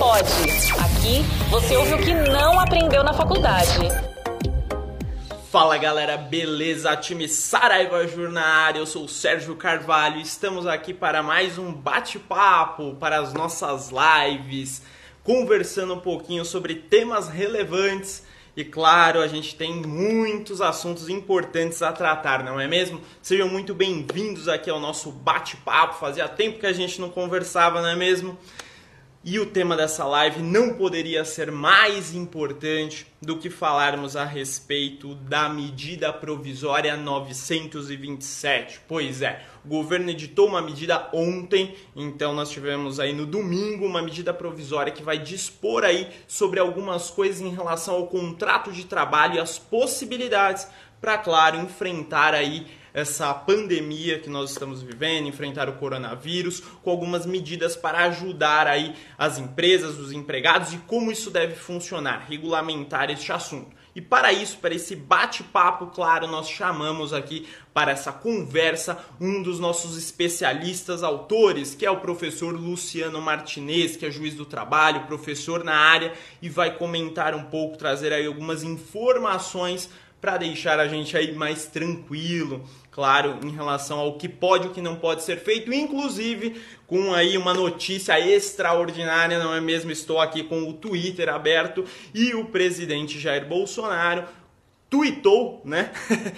pode. Aqui você ouve o que não aprendeu na faculdade. Fala galera, beleza? Time Saraiva Jur na área, eu sou o Sérgio Carvalho e estamos aqui para mais um bate-papo para as nossas lives, conversando um pouquinho sobre temas relevantes e claro, a gente tem muitos assuntos importantes a tratar, não é mesmo? Sejam muito bem-vindos aqui ao nosso bate-papo, fazia tempo que a gente não conversava, não é mesmo? E o tema dessa live não poderia ser mais importante do que falarmos a respeito da medida provisória 927. Pois é, o governo editou uma medida ontem, então nós tivemos aí no domingo uma medida provisória que vai dispor aí sobre algumas coisas em relação ao contrato de trabalho e as possibilidades para, claro, enfrentar aí essa pandemia que nós estamos vivendo, enfrentar o coronavírus, com algumas medidas para ajudar aí as empresas, os empregados e como isso deve funcionar, regulamentar este assunto. E para isso, para esse bate-papo, claro, nós chamamos aqui para essa conversa um dos nossos especialistas autores, que é o professor Luciano Martinez, que é juiz do trabalho, professor na área e vai comentar um pouco, trazer aí algumas informações para deixar a gente aí mais tranquilo, claro, em relação ao que pode e o que não pode ser feito, inclusive com aí uma notícia extraordinária, não é mesmo? Estou aqui com o Twitter aberto e o presidente Jair Bolsonaro tweetou, né?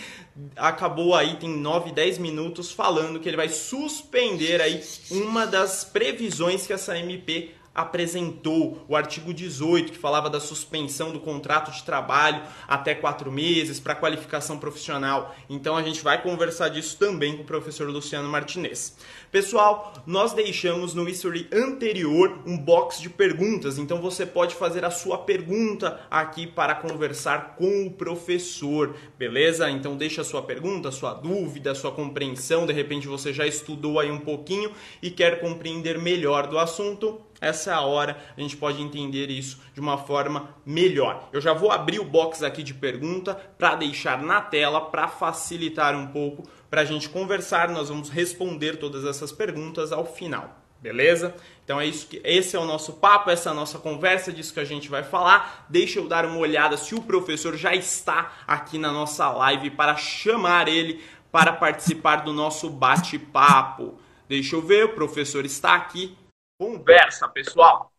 Acabou aí, tem 9, 10 minutos falando que ele vai suspender aí uma das previsões que essa MP apresentou, o artigo 18, que falava da suspensão do contrato de trabalho até 4 meses para qualificação profissional. Então a gente vai conversar disso também com o professor Luciano Martinez. Pessoal, nós deixamos no history anterior um box de perguntas, então você pode fazer a sua pergunta aqui para conversar com o professor, beleza? Então deixa a sua pergunta, a sua dúvida, a sua compreensão, de repente você já estudou aí um pouquinho e quer compreender melhor do assunto. Essa é a hora, a gente pode entender isso de uma forma melhor. Eu já vou abrir o box aqui de pergunta para deixar na tela, para facilitar um pouco, para a gente conversar. Nós vamos responder todas essas perguntas ao final, beleza? Então é isso, esse é o nosso papo, essa é a nossa conversa, disso que a gente vai falar. Deixa eu dar uma olhada se o professor já está aqui na nossa live para chamar ele para participar do nosso bate-papo. Deixa eu ver, o professor está aqui. Conversa, pessoal.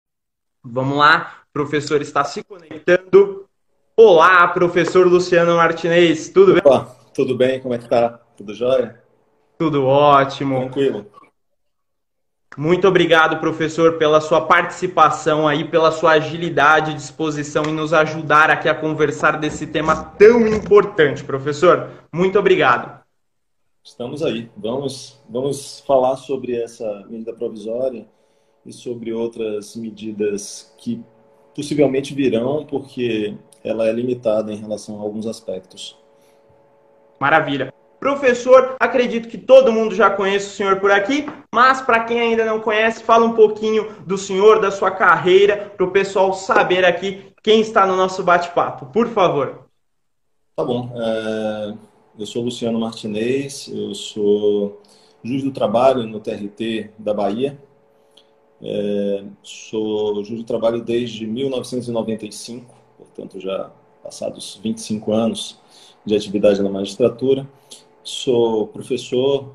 Vamos lá, o professor está se conectando. Olá, professor Luciano Martinez, tudo bem? Opa, tudo bem? Como é que tá? Tudo jóia? Tudo ótimo. Tranquilo. Muito obrigado, professor, pela sua participação aí, pela sua agilidade e disposição em nos ajudar aqui a conversar desse tema tão importante, professor. Muito obrigado. Estamos aí. Vamos falar sobre essa medida provisória e sobre outras medidas que possivelmente virão, porque ela é limitada em relação a alguns aspectos. Maravilha. Professor, acredito que todo mundo já conhece o senhor por aqui, mas para quem ainda não conhece, fala um pouquinho do senhor, da sua carreira, para o pessoal saber aqui quem está no nosso bate-papo. Por favor. Tá bom. Eu sou Luciano Martinez, eu sou juiz do trabalho no TRT da Bahia. Sou juiz do trabalho desde 1995, portanto já passados 25 anos de atividade na magistratura. Sou professor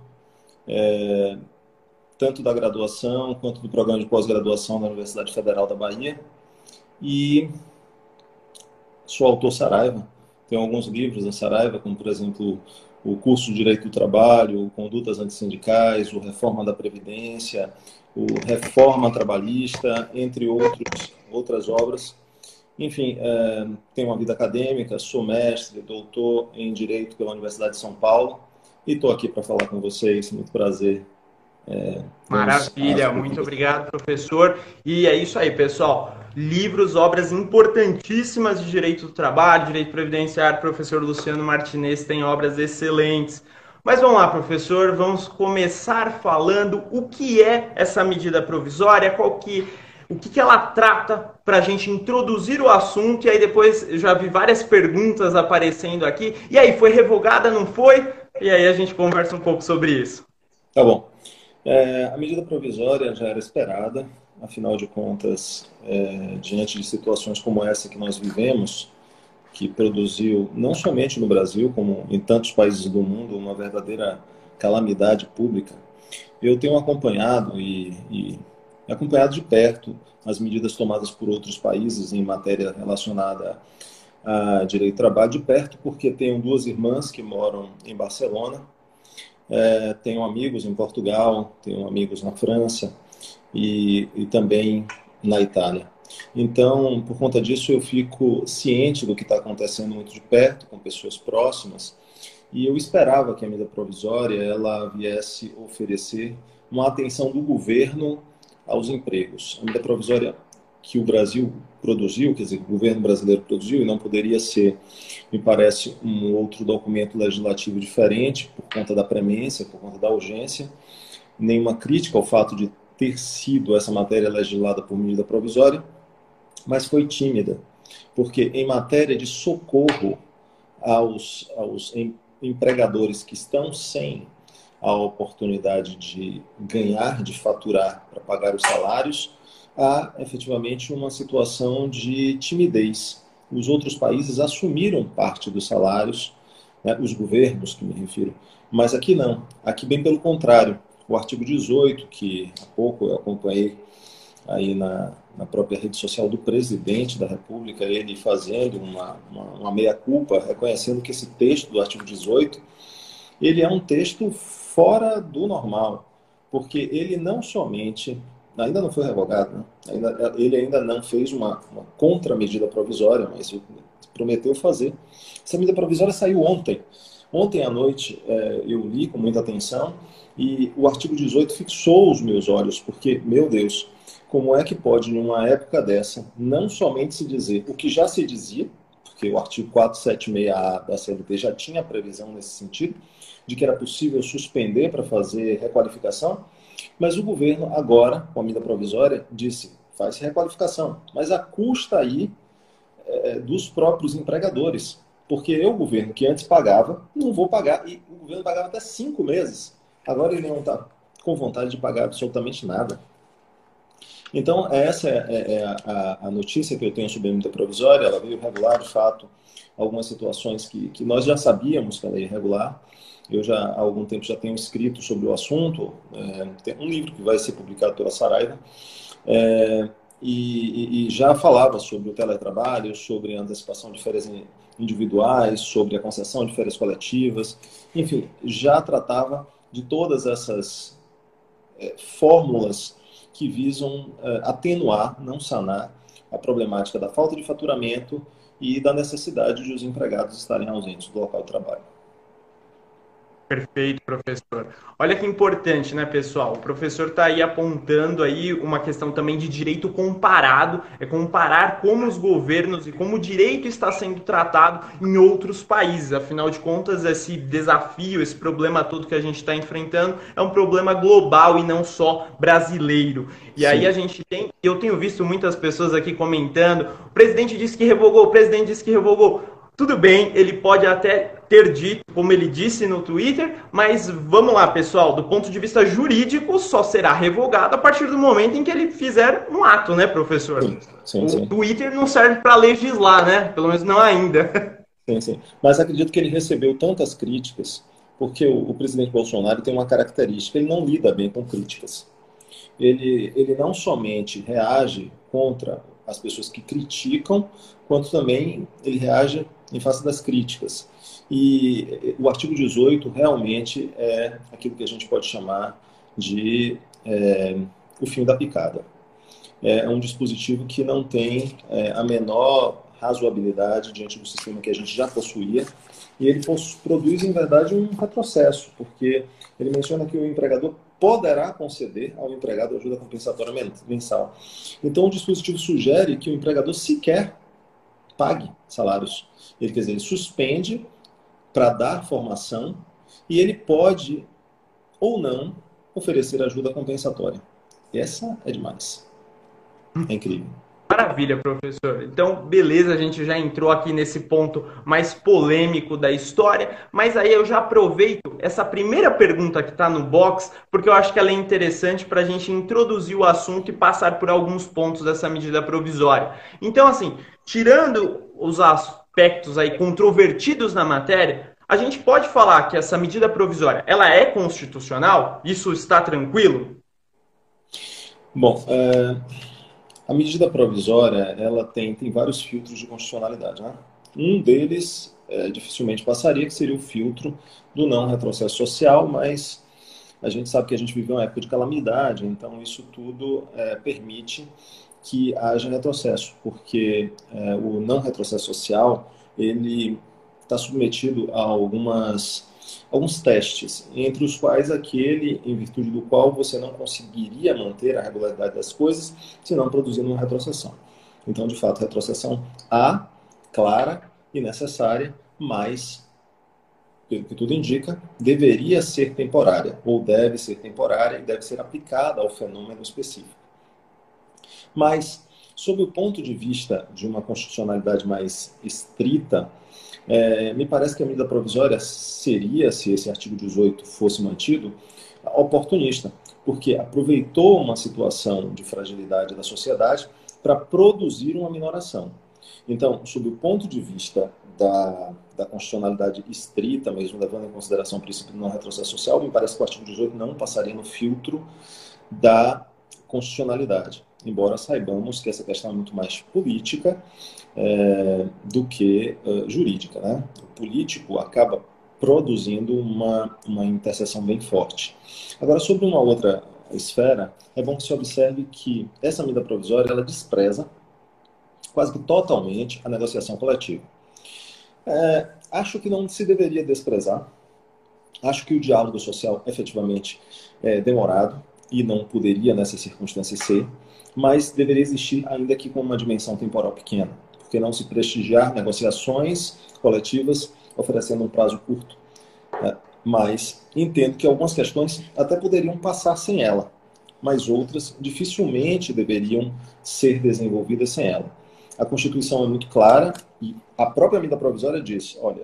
tanto da graduação quanto do programa de pós-graduação da Universidade Federal da Bahia e sou autor Saraiva. Tenho alguns livros da Saraiva, como, por exemplo, o curso de Direito do Trabalho, o Condutas Antissindicais, o Reforma da Previdência, o Reforma Trabalhista, entre outras obras. Enfim, tenho uma vida acadêmica, sou mestre, doutor em Direito pela Universidade de São Paulo e estou aqui para falar com vocês. Muito prazer. Maravilha, muito obrigado, professor. E é isso aí, pessoal. Livros, obras importantíssimas de direito do trabalho, direito previdenciário. Professor Luciano Martinez tem obras excelentes. Mas vamos lá, professor, vamos começar falando o que é essa medida provisória, o que ela trata, para a gente introduzir o assunto, e aí depois eu já vi várias perguntas aparecendo aqui. E aí, foi revogada, não foi? E aí a gente conversa um pouco sobre isso. Tá bom. A medida provisória já era esperada. afinal de contas, diante de situações como essa que nós vivemos, que produziu, não somente no Brasil, como em tantos países do mundo, uma verdadeira calamidade pública, eu tenho acompanhado e acompanhado de perto as medidas tomadas por outros países em matéria relacionada a direito do trabalho, de perto, porque tenho duas irmãs que moram em Barcelona, tenho amigos em Portugal, tenho amigos na França e também na Itália. Então, por conta disso, eu fico ciente do que está acontecendo muito de perto, com pessoas próximas, e eu esperava que a medida provisória ela viesse oferecer uma atenção do governo aos empregos. A medida provisória que o Brasil produziu, quer dizer, o governo brasileiro produziu, e não poderia ser, me parece, um outro documento legislativo diferente, por conta da premência, por conta da urgência, nenhuma crítica ao fato de ter sido essa matéria legislada por medida provisória, mas foi tímida, porque em matéria de socorro aos empregadores que estão sem a oportunidade de ganhar, de faturar para pagar os salários, há efetivamente uma situação de timidez. Os outros países assumiram parte dos salários, né, os governos que me refiro, mas aqui não, aqui bem pelo contrário. O artigo 18, que há pouco eu acompanhei aí na própria rede social do presidente da República, ele fazendo uma meia-culpa, reconhecendo que esse texto do artigo 18, ele é um texto fora do normal, porque ele não somente, ainda não foi revogado, né? Ele ainda não fez uma contramedida provisória, mas prometeu fazer. Essa medida provisória saiu ontem. Ontem à noite eu li com muita atenção e o artigo 18 fixou os meus olhos, porque, meu Deus, como é que pode, numa época dessa, não somente se dizer o que já se dizia, porque o artigo 476-A da CLT já tinha previsão nesse sentido, de que era possível suspender para fazer requalificação, mas o governo agora, com a medida provisória, disse, faz requalificação, mas a custa aí dos próprios empregadores, porque eu, o governo que antes pagava, não vou pagar, e o governo pagava até 5 meses, agora ele não está com vontade de pagar absolutamente nada. Então, essa é a notícia que eu tenho sobre a medida provisória. Ela veio regular, de fato, algumas situações que nós já sabíamos que ela ia regular. Eu já, há algum tempo, já tenho escrito sobre o assunto. Tem um livro que vai ser publicado pela Saraiva. E já falava sobre o teletrabalho, sobre a antecipação de férias individuais, sobre a concessão de férias coletivas. Enfim, já tratava de todas essas fórmulas que visam atenuar, não sanar, a problemática da falta de faturamento e da necessidade de os empregados estarem ausentes do local de trabalho. Perfeito, professor. Olha que importante, né, pessoal? O professor está aí apontando aí uma questão também de direito comparado, é comparar como os governos e como o direito está sendo tratado em outros países. Afinal de contas, esse desafio, esse problema todo que a gente está enfrentando é um problema global e não só brasileiro. E Sim. Aí eu tenho visto muitas pessoas aqui comentando, o presidente disse que revogou, o presidente disse que revogou. Tudo bem, ele pode até ter dito, como ele disse no Twitter, mas vamos lá, pessoal, do ponto de vista jurídico, só será revogado a partir do momento em que ele fizer um ato, né, professor? Sim. O Twitter não serve para legislar, né? Pelo menos não ainda. Sim. Mas acredito que ele recebeu tantas críticas, porque o presidente Bolsonaro tem uma característica, ele não lida bem com críticas. Ele não somente reage contra as pessoas que criticam, quanto também ele reage em face das críticas. E o artigo 18 realmente é aquilo que a gente pode chamar de o fim da picada. É um dispositivo que não tem a menor razoabilidade diante do sistema que a gente já possuía, e ele produz, em verdade, um retrocesso, porque ele menciona que o empregador poderá conceder ao empregado ajuda compensatória mensal. Então, o dispositivo sugere que o empregador sequer pague salários. Quer dizer, ele suspende para dar formação e ele pode ou não oferecer ajuda compensatória. E essa é demais. É incrível. Maravilha, professor. Então, beleza, a gente já entrou aqui nesse ponto mais polêmico da história, mas aí eu já aproveito essa primeira pergunta que está no box, porque eu acho que ela é interessante para a gente introduzir o assunto e passar por alguns pontos dessa medida provisória. Então, assim, tirando os aspectos aí controvertidos na matéria, a gente pode falar que essa medida provisória, ela é constitucional? Isso está tranquilo? Bom, a medida provisória, ela tem vários filtros de constitucionalidade, né? Um deles dificilmente passaria, que seria o filtro do não retrocesso social, mas a gente sabe que a gente vive uma época de calamidade, então isso tudo permite que haja retrocesso, porque o não retrocesso social, ele está submetido a alguns testes, entre os quais aquele em virtude do qual você não conseguiria manter a regularidade das coisas se não produzindo uma retrocessão. Então, de fato, retrocessão há, clara e necessária, mas, pelo que tudo indica, deveria ser temporária, ou deve ser temporária e deve ser aplicada ao fenômeno específico. Mas, sob o ponto de vista de uma constitucionalidade mais estrita, me parece que a medida provisória seria, se esse artigo 18 fosse mantido, oportunista, porque aproveitou uma situação de fragilidade da sociedade para produzir uma minoração. Então, sob o ponto de vista da constitucionalidade estrita, mesmo levando em consideração o princípio do não retrocesso social, me parece que o artigo 18 não passaria no filtro da constitucionalidade, embora saibamos que essa questão é muito mais política do que jurídica, né? O político acaba produzindo uma interseção bem forte. Agora, sobre uma outra esfera, é bom que se observe que essa medida provisória ela despreza quase que totalmente a negociação coletiva. Acho que não se deveria desprezar. Acho que o diálogo social efetivamente é demorado e não poderia nessas circunstâncias ser, mas deveria existir ainda que com uma dimensão temporal pequena, porque não se prestigiar negociações coletivas oferecendo um prazo curto. Mas entendo que algumas questões até poderiam passar sem ela, mas outras dificilmente deveriam ser desenvolvidas sem ela. A Constituição é muito clara e a própria medida provisória diz, olha,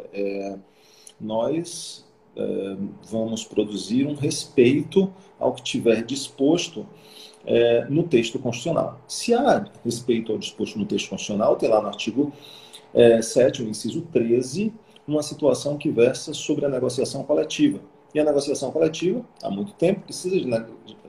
nós vamos produzir um respeito ao que tiver disposto no texto constitucional. Se há respeito ao disposto no texto constitucional, tem lá no artigo 7, no inciso 13, uma situação que versa sobre a negociação coletiva. E a negociação coletiva, há muito tempo, precisa de...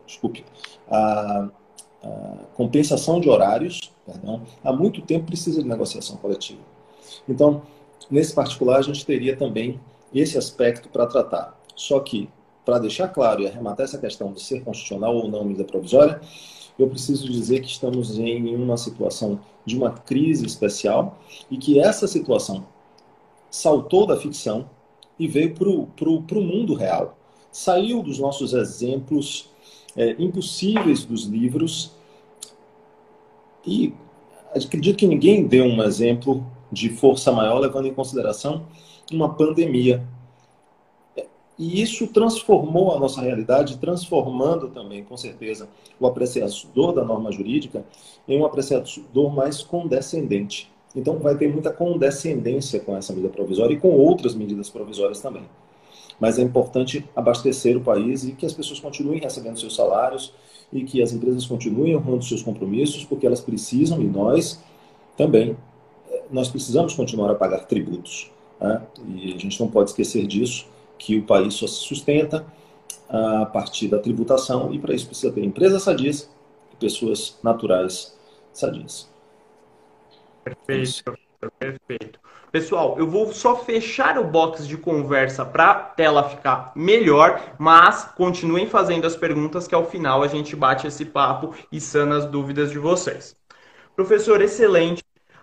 a compensação de horários, há muito tempo precisa de negociação coletiva. Então, nesse particular, a gente teria também esse aspecto para tratar. Só que, para deixar claro e arrematar essa questão de ser constitucional ou não medida provisória, eu preciso dizer que estamos em uma situação de uma crise especial e que essa situação saltou da ficção e veio para o mundo real. Saiu dos nossos exemplos impossíveis dos livros e acredito que ninguém deu um exemplo de força maior levando em consideração uma pandemia. E isso transformou a nossa realidade, transformando também, com certeza, o apreciador da norma jurídica em um apreciador mais condescendente. Então, vai ter muita condescendência com essa medida provisória e com outras medidas provisórias também. Mas é importante abastecer o país e que as pessoas continuem recebendo seus salários e que as empresas continuem honrando seus compromissos, porque elas precisam, e nós também, nós precisamos continuar a pagar tributos. Né? E a gente não pode esquecer disso, que o país só se sustenta a partir da tributação e para isso precisa ter empresas sadias e pessoas naturais sadias. Perfeito, perfeito. Pessoal, eu vou só fechar o box de conversa para a tela ficar melhor, mas continuem fazendo as perguntas que ao final a gente bate esse papo e sana as dúvidas de vocês. Professor, excelente.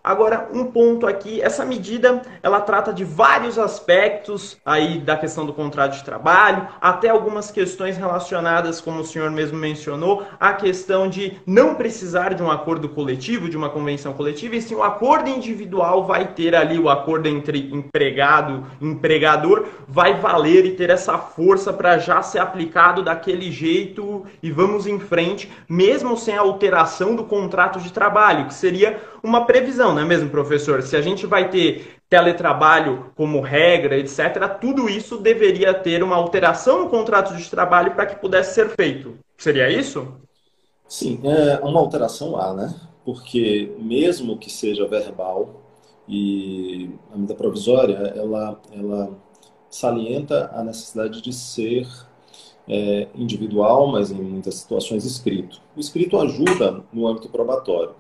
Agora, um ponto aqui, essa medida, ela trata de vários aspectos aí da questão do contrato de trabalho, até algumas questões relacionadas, como o senhor mesmo mencionou, a questão de não precisar de um acordo coletivo, de uma convenção coletiva, e sim o acordo individual vai ter ali, o acordo entre empregado e empregador vai valer e ter essa força para já ser aplicado daquele jeito e vamos em frente, mesmo sem a alteração do contrato de trabalho, que seria uma previsão, não é mesmo, professor? Se a gente vai ter teletrabalho como regra, etc., tudo isso deveria ter uma alteração no contrato de trabalho para que pudesse ser feito. Seria isso? Sim, é uma alteração há, né? Porque mesmo que seja verbal e a medida provisória, ela salienta a necessidade de ser individual, mas em muitas situações escrito. O escrito ajuda no âmbito probatório.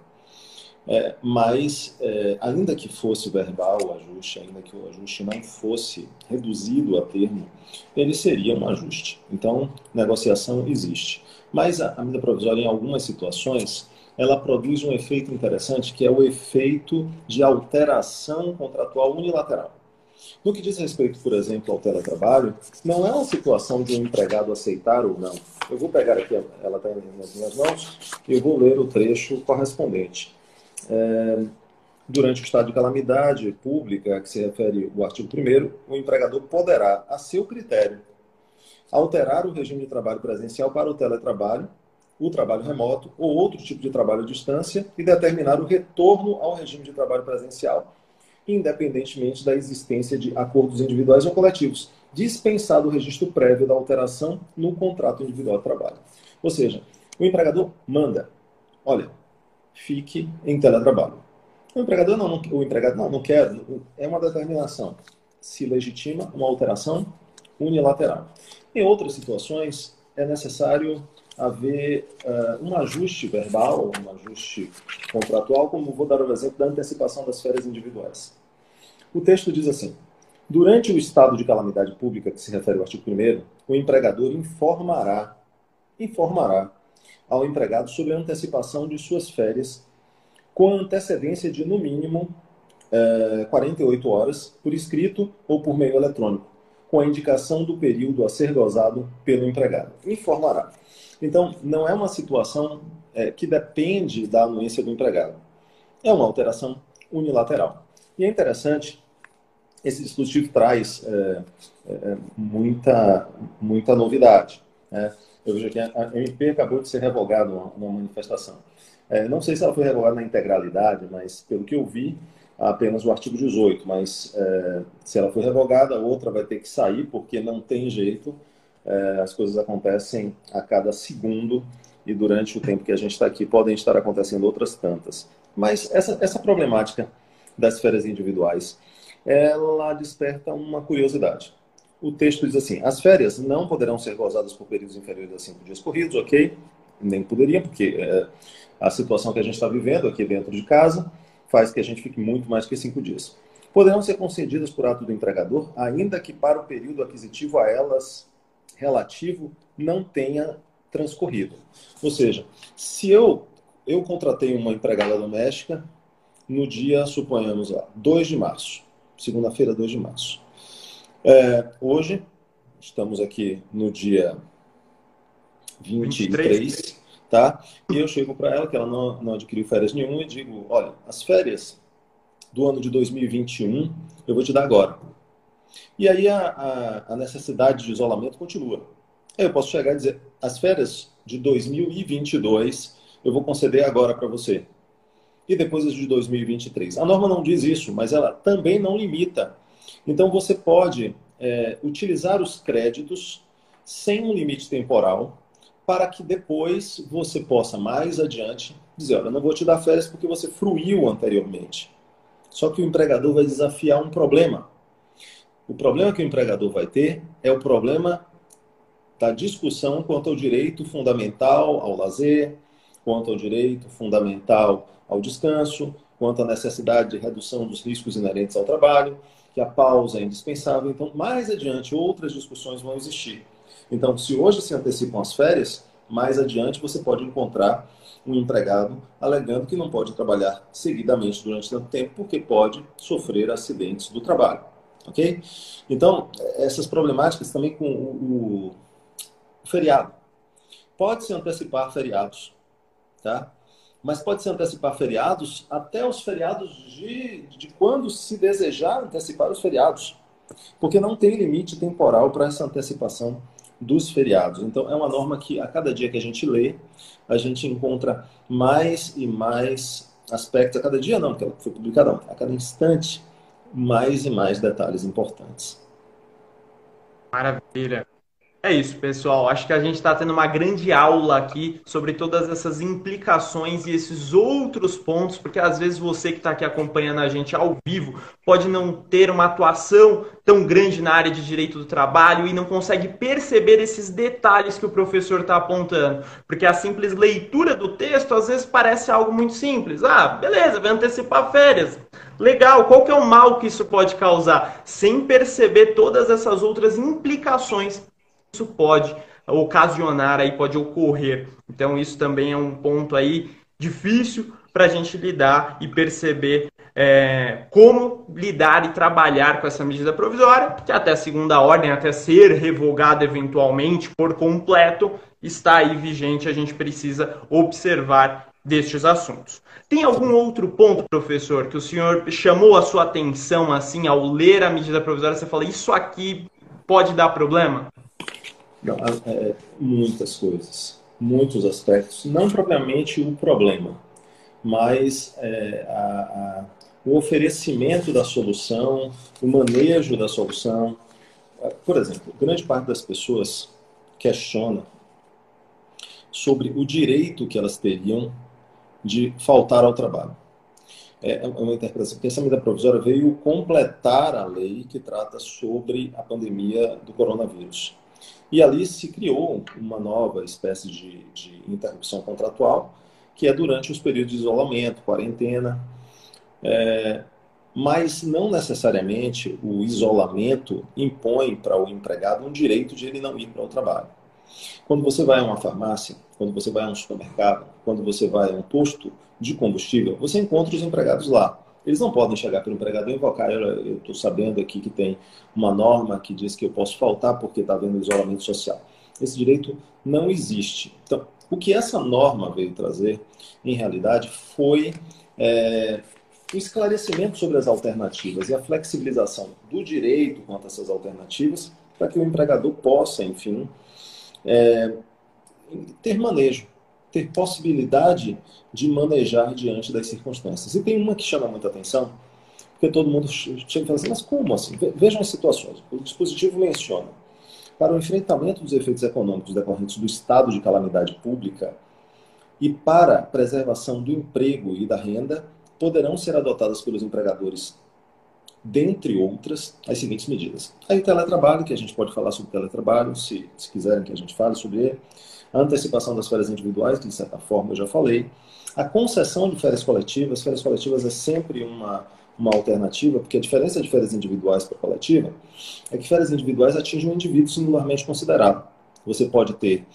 Mas, ainda que fosse verbal o ajuste, ainda que o ajuste não fosse reduzido a termo, ele seria um ajuste. Então, negociação existe. Mas a medida provisória, em algumas situações, ela produz um efeito interessante, que é o efeito de alteração contratual unilateral. No que diz respeito, por exemplo, ao teletrabalho, não é uma situação de um empregado aceitar ou não. Eu vou pegar aqui, ela está nas minhas mãos, e eu vou ler o trecho correspondente. Durante o estado de calamidade pública, que se refere ao artigo 1º, o empregador poderá, a seu critério, alterar o regime de trabalho presencial para o teletrabalho, o trabalho remoto ou outro tipo de trabalho à distância e determinar o retorno ao regime de trabalho presencial, independentemente da existência de acordos individuais ou coletivos, dispensado o registro prévio da alteração no contrato individual de trabalho. Ou seja, o empregador manda, olha, fique em teletrabalho. O empregador o empregado não quer, é uma determinação. Se legitima uma alteração unilateral. Em outras situações, é necessário haver um ajuste verbal, um ajuste contratual, como vou dar o exemplo da antecipação das férias individuais. O texto diz assim: durante o estado de calamidade pública, que se refere ao artigo 1º, o empregador informará ao empregado sobre a antecipação de suas férias com antecedência de, no mínimo, 48 horas, por escrito ou por meio eletrônico, com a indicação do período a ser gozado pelo empregado. Informará. Então, não é uma situação que depende da anuência do empregado. É uma alteração unilateral. E é interessante, esse dispositivo traz muita novidade. Eu vejo que a MP acabou de ser revogada numa manifestação. Não sei se ela foi revogada na integralidade, mas pelo que eu vi, apenas o artigo 18. Mas se ela for revogada, outra vai ter que sair, porque não tem jeito. As coisas acontecem a cada segundo e durante o tempo que a gente está aqui podem estar acontecendo outras tantas. Mas essa problemática das férias individuais, ela desperta uma curiosidade. O texto diz assim: as férias não poderão ser gozadas por períodos inferiores a 5 dias corridos, ok? Nem poderiam, porque a situação que a gente está vivendo aqui dentro de casa faz que a gente fique muito mais que 5 dias. Poderão ser concedidas por ato do empregador, ainda que para o período aquisitivo a elas relativo não tenha transcorrido. Ou seja, se eu contratei uma empregada doméstica no dia, suponhamos lá, 2 de março, segunda-feira, 2 de março. Hoje, estamos aqui no dia 23, tá? E eu chego para ela, que ela não adquiriu férias nenhuma, e digo: olha, as férias do ano de 2021 eu vou te dar agora. E aí a necessidade de isolamento continua. Eu posso chegar e dizer: as férias de 2022 eu vou conceder agora para você. E depois as de 2023. A norma não diz isso, mas ela também não limita. Então você pode utilizar os créditos sem um limite temporal, para que depois você possa, mais adiante, dizer: olha, não vou te dar férias porque você fruiu anteriormente. Só que o empregador vai desafiar um problema. O problema que o empregador vai ter é o problema da discussão quanto ao direito fundamental ao lazer, quanto ao direito fundamental ao descanso, quanto à necessidade de redução dos riscos inerentes ao trabalho, que a pausa é indispensável. Então, mais adiante, outras discussões vão existir. Então, se hoje se antecipam as férias, mais adiante você pode encontrar um empregado alegando que não pode trabalhar seguidamente durante tanto tempo porque pode sofrer acidentes do trabalho, ok? Então, essas problemáticas também com o feriado. Pode-se antecipar feriados, tá? Mas pode-se antecipar feriados até os feriados de quando se desejar antecipar os feriados, porque não tem limite temporal para essa antecipação dos feriados. Então, é uma norma que a cada dia que a gente lê, a gente encontra mais e mais aspectos, a cada dia não, porque ela foi publicada, não, a cada instante, mais e mais detalhes importantes. Maravilha. É isso, pessoal. Acho que a gente está tendo uma grande aula aqui sobre todas essas implicações e esses outros pontos, porque às vezes você que está aqui acompanhando a gente ao vivo pode não ter uma atuação tão grande na área de direito do trabalho e não consegue perceber esses detalhes que o professor está apontando, porque a simples leitura do texto às vezes parece algo muito simples. Ah, beleza, vai antecipar férias. Legal, qual que é o mal que isso pode causar? Sem perceber todas essas outras implicações isso pode ocasionar, aí pode ocorrer. Então isso também é um ponto aí difícil para a gente lidar e perceber como lidar e trabalhar com essa medida provisória, que até segunda ordem, até ser revogada eventualmente por completo, está aí vigente, a gente precisa observar destes assuntos. Tem algum outro ponto, professor, que o senhor chamou a sua atenção assim ao ler a medida provisória, você fala, isso aqui pode dar problema? Não, muitas coisas, muitos aspectos, não propriamente o problema, mas o oferecimento da solução, o manejo da solução. Por exemplo, grande parte das pessoas questiona sobre o direito que elas teriam de faltar ao trabalho. É uma interpretação, porque essa medida provisória veio completar a lei que trata sobre a pandemia do coronavírus. E ali se criou uma nova espécie de interrupção contratual, que é durante os períodos de isolamento, quarentena, mas não necessariamente o isolamento impõe para o empregado um direito de ele não ir para o trabalho. Quando você vai a uma farmácia, quando você vai a um supermercado, quando você vai a um posto de combustível, você encontra os empregados lá. Eles não podem chegar para o empregador e invocar, eu estou sabendo aqui que tem uma norma que diz que eu posso faltar porque está havendo isolamento social. Esse direito não existe. Então, o que essa norma veio trazer, em realidade, foi o esclarecimento sobre as alternativas e a flexibilização do direito quanto a essas alternativas para que o empregador possa, enfim, ter manejo, ter possibilidade de manejar diante das circunstâncias. E tem uma que chama muita atenção, porque todo mundo chega e fala assim, mas como assim? Vejam as situações. O dispositivo menciona, para o enfrentamento dos efeitos econômicos decorrentes do estado de calamidade pública e para a preservação do emprego e da renda, poderão ser adotadas pelos empregadores, dentre outras, as seguintes medidas. Aí o teletrabalho, que a gente pode falar sobre teletrabalho, se quiserem que a gente fale sobre ele. A antecipação das férias individuais, que de certa forma eu já falei. A concessão de férias coletivas é sempre uma alternativa, porque a diferença de férias individuais para coletiva é que férias individuais atingem um indivíduo singularmente considerado. Você pode ter,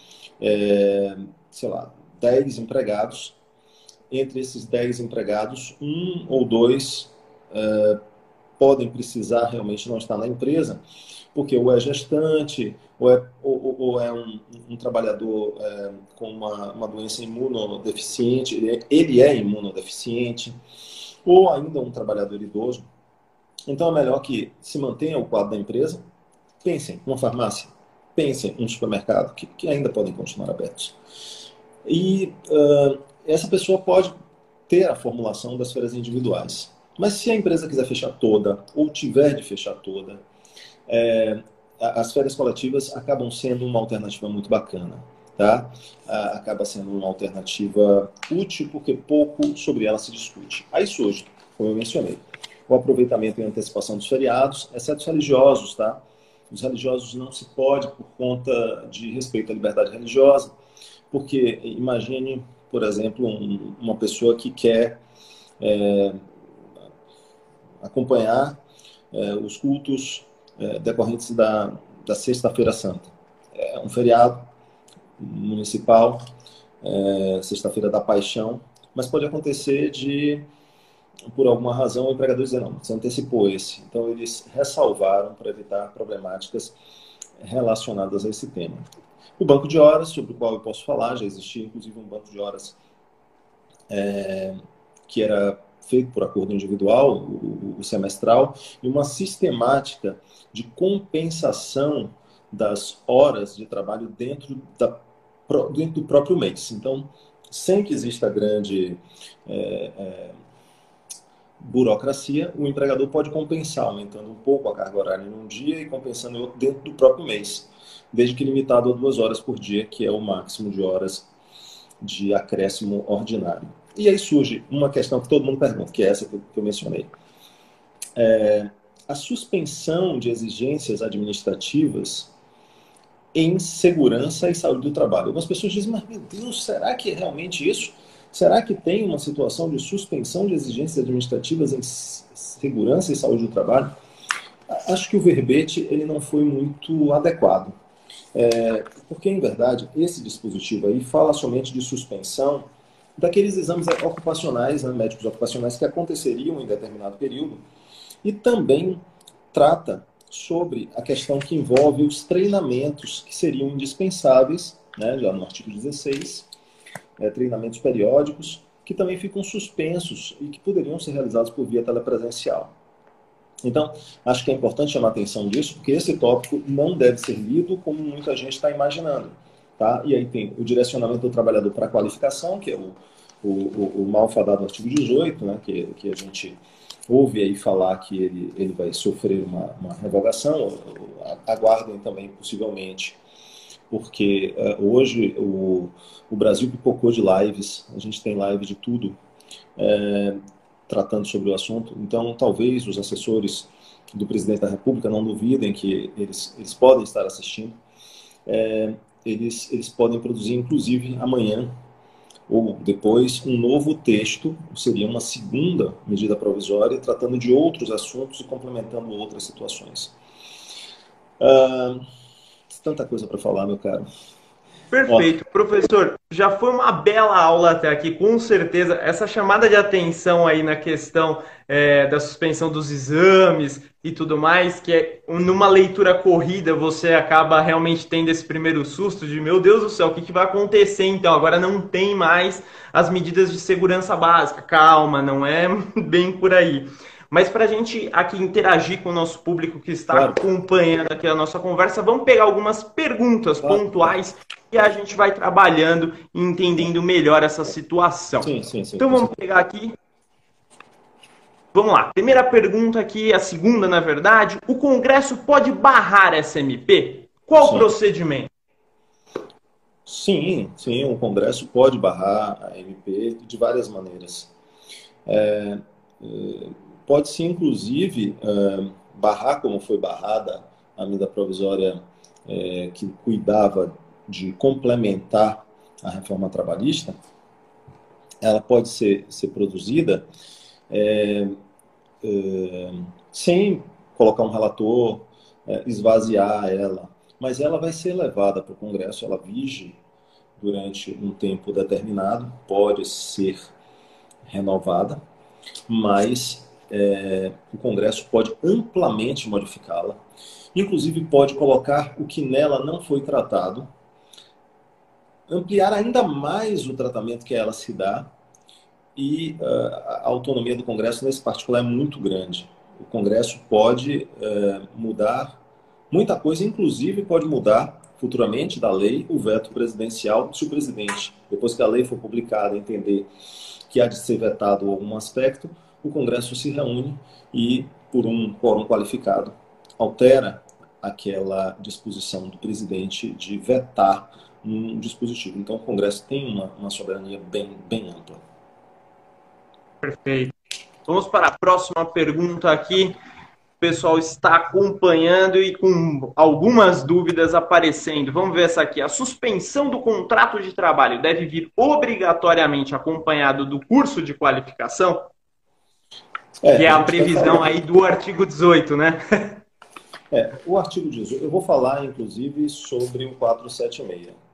10 empregados. Entre esses 10 empregados, um ou dois podem precisar realmente não estar na empresa, porque ou é gestante, ou é um trabalhador com uma doença imunodeficiente, ele é imunodeficiente, ou ainda um trabalhador idoso. Então é melhor que se mantenha o quadro da empresa, pensem uma farmácia, pensem um supermercado, que ainda podem continuar abertos. E essa pessoa pode ter a formulação das férias individuais. Mas se a empresa quiser fechar toda, ou tiver de fechar toda, as férias coletivas acabam sendo uma alternativa muito bacana. Tá? Acaba sendo uma alternativa útil, porque pouco sobre ela se discute. Aí surge, como eu mencionei, o aproveitamento e antecipação dos feriados, exceto os religiosos. Tá? Os religiosos não se pode por conta de respeito à liberdade religiosa, porque imagine, por exemplo, uma pessoa que quer acompanhar os cultos decorrentes da Sexta-feira Santa. É um feriado, municipal, Sexta-feira da Paixão, mas pode acontecer de, por alguma razão, o empregador dizer, não, você antecipou esse. Então, eles ressalvaram para evitar problemáticas relacionadas a esse tema. O banco de horas, sobre o qual eu posso falar, já existia inclusive um banco de horas que era feito por acordo individual, o semestral, e uma sistemática de compensação das horas de trabalho dentro do próprio mês. Então, sem que exista grande burocracia, o empregador pode compensar, aumentando um pouco a carga horária em um dia e compensando em outro dentro do próprio mês, desde que limitado a 2 horas por dia, que é o máximo de horas de acréscimo ordinário. E aí surge uma questão que todo mundo pergunta, que é essa que eu mencionei. A suspensão de exigências administrativas em segurança e saúde do trabalho. Algumas pessoas dizem, mas meu Deus, será que é realmente isso? Será que tem uma situação de suspensão de exigências administrativas em segurança e saúde do trabalho? Acho que o verbete ele não foi muito adequado. Porque, em verdade, esse dispositivo aí fala somente de suspensão daqueles exames ocupacionais, né, médicos ocupacionais, que aconteceriam em determinado período, e também trata sobre a questão que envolve os treinamentos que seriam indispensáveis, né, já no artigo 16, treinamentos periódicos, que também ficam suspensos e que poderiam ser realizados por via telepresencial. Então, acho que é importante chamar a atenção disso, porque esse tópico não deve ser lido como muita gente está imaginando. Tá? E aí tem o direcionamento do trabalhador para a qualificação, que é o malfadado artigo 18, né, que a gente ouve aí falar que ele vai sofrer uma revogação, aguardem também possivelmente, porque hoje o Brasil pipocou de lives, a gente tem live de tudo, tratando sobre o assunto, então talvez os assessores do presidente da República não duvidem que eles podem estar assistindo, eles podem produzir, inclusive, amanhã ou depois, um novo texto, seria uma segunda medida provisória, tratando de outros assuntos e complementando outras situações. Tanta coisa para falar, meu caro. Perfeito. Professor, já foi uma bela aula até aqui, com certeza. Essa chamada de atenção aí na questão da suspensão dos exames e tudo mais, que numa leitura corrida você acaba realmente tendo esse primeiro susto de, meu Deus do céu, o que vai acontecer então? Agora não tem mais as medidas de segurança básica. Calma, não é bem por aí. Mas para a gente aqui interagir com o nosso público que está acompanhando aqui a nossa conversa, vamos pegar algumas perguntas pontuais e a gente vai trabalhando e entendendo melhor essa situação. Sim. Então vamos pegar aqui. Vamos lá. Primeira pergunta aqui, a segunda, na verdade. O Congresso pode barrar essa MP? Qual o procedimento? Sim, o Congresso pode barrar a MP de várias maneiras. Pode-se, inclusive, barrar, como foi barrada a medida provisória que cuidava de complementar a reforma trabalhista. Ela pode ser produzida sem colocar um relator, esvaziar ela, mas ela vai ser levada para o Congresso, ela vige durante um tempo determinado, pode ser renovada, mas o Congresso pode amplamente modificá-la, inclusive pode colocar o que nela não foi tratado, ampliar ainda mais o tratamento que ela se dá, e a autonomia do Congresso nesse particular é muito grande. O Congresso pode mudar muita coisa, inclusive pode mudar futuramente da lei o veto presidencial, se o presidente, depois que a lei for publicada, entender que há de ser vetado algum aspecto, o Congresso se reúne e, por um quórum qualificado, altera aquela disposição do presidente de vetar um dispositivo. Então, o Congresso tem uma soberania bem ampla. Perfeito. Vamos para a próxima pergunta aqui. O pessoal está acompanhando e com algumas dúvidas aparecendo. Vamos ver essa aqui. A suspensão do contrato de trabalho deve vir obrigatoriamente acompanhado do curso de qualificação? Que é a previsão aí do artigo 18, né? O artigo 18. Eu vou falar, inclusive, sobre o 476.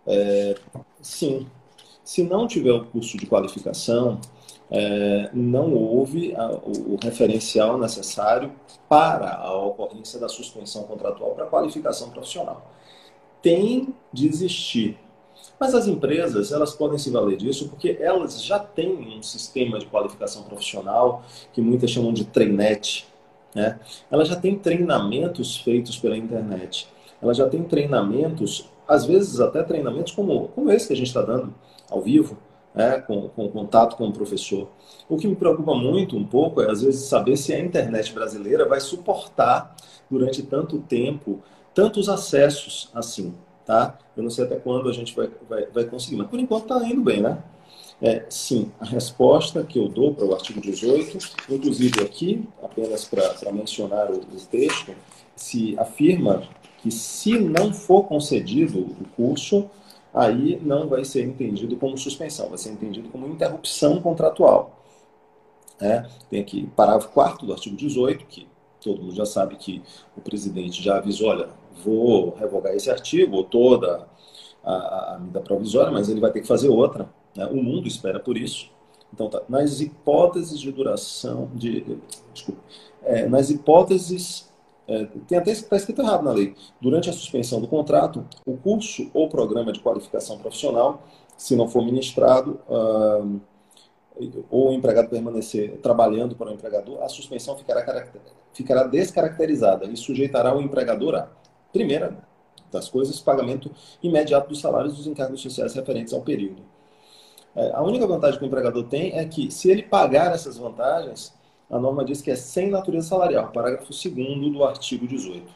Sim. Se não tiver o curso de qualificação, não houve o referencial necessário para a ocorrência da suspensão contratual para qualificação profissional. Tem de existir. Mas as empresas, elas podem se valer disso porque elas já têm um sistema de qualificação profissional que muitas chamam de trainet, né? Elas já têm treinamentos feitos pela internet. Elas já têm treinamentos, às vezes até treinamentos como esse que a gente está dando ao vivo, né? Com contato com o professor. O que me preocupa muito um pouco é, às vezes, saber se a internet brasileira vai suportar durante tanto tempo tantos acessos assim, tá? Eu não sei até quando a gente vai conseguir, mas por enquanto está indo bem, né? Sim, a resposta que eu dou para o artigo 18, inclusive aqui, apenas para mencionar o texto, se afirma que se não for concedido o curso, aí não vai ser entendido como suspensão, vai ser entendido como interrupção contratual. Tem aqui parágrafo 4º do artigo 18, que todo mundo já sabe que o presidente já avisou, olha, vou revogar esse artigo, ou toda a medida provisória, mas ele vai ter que fazer outra, né? O mundo espera por isso. Então, tá. Nas hipóteses de duração, nas hipóteses, tem até está escrito errado na lei, durante a suspensão do contrato, o curso ou programa de qualificação profissional, se não for ministrado, ou o empregado permanecer trabalhando para o empregador, a suspensão ficará descaracterizada e sujeitará o empregador a, primeira das coisas, pagamento imediato dos salários dos encargos sociais referentes ao período. A única vantagem que o empregador tem é que, se ele pagar essas vantagens, a norma diz que é sem natureza salarial, parágrafo 2º do artigo 18.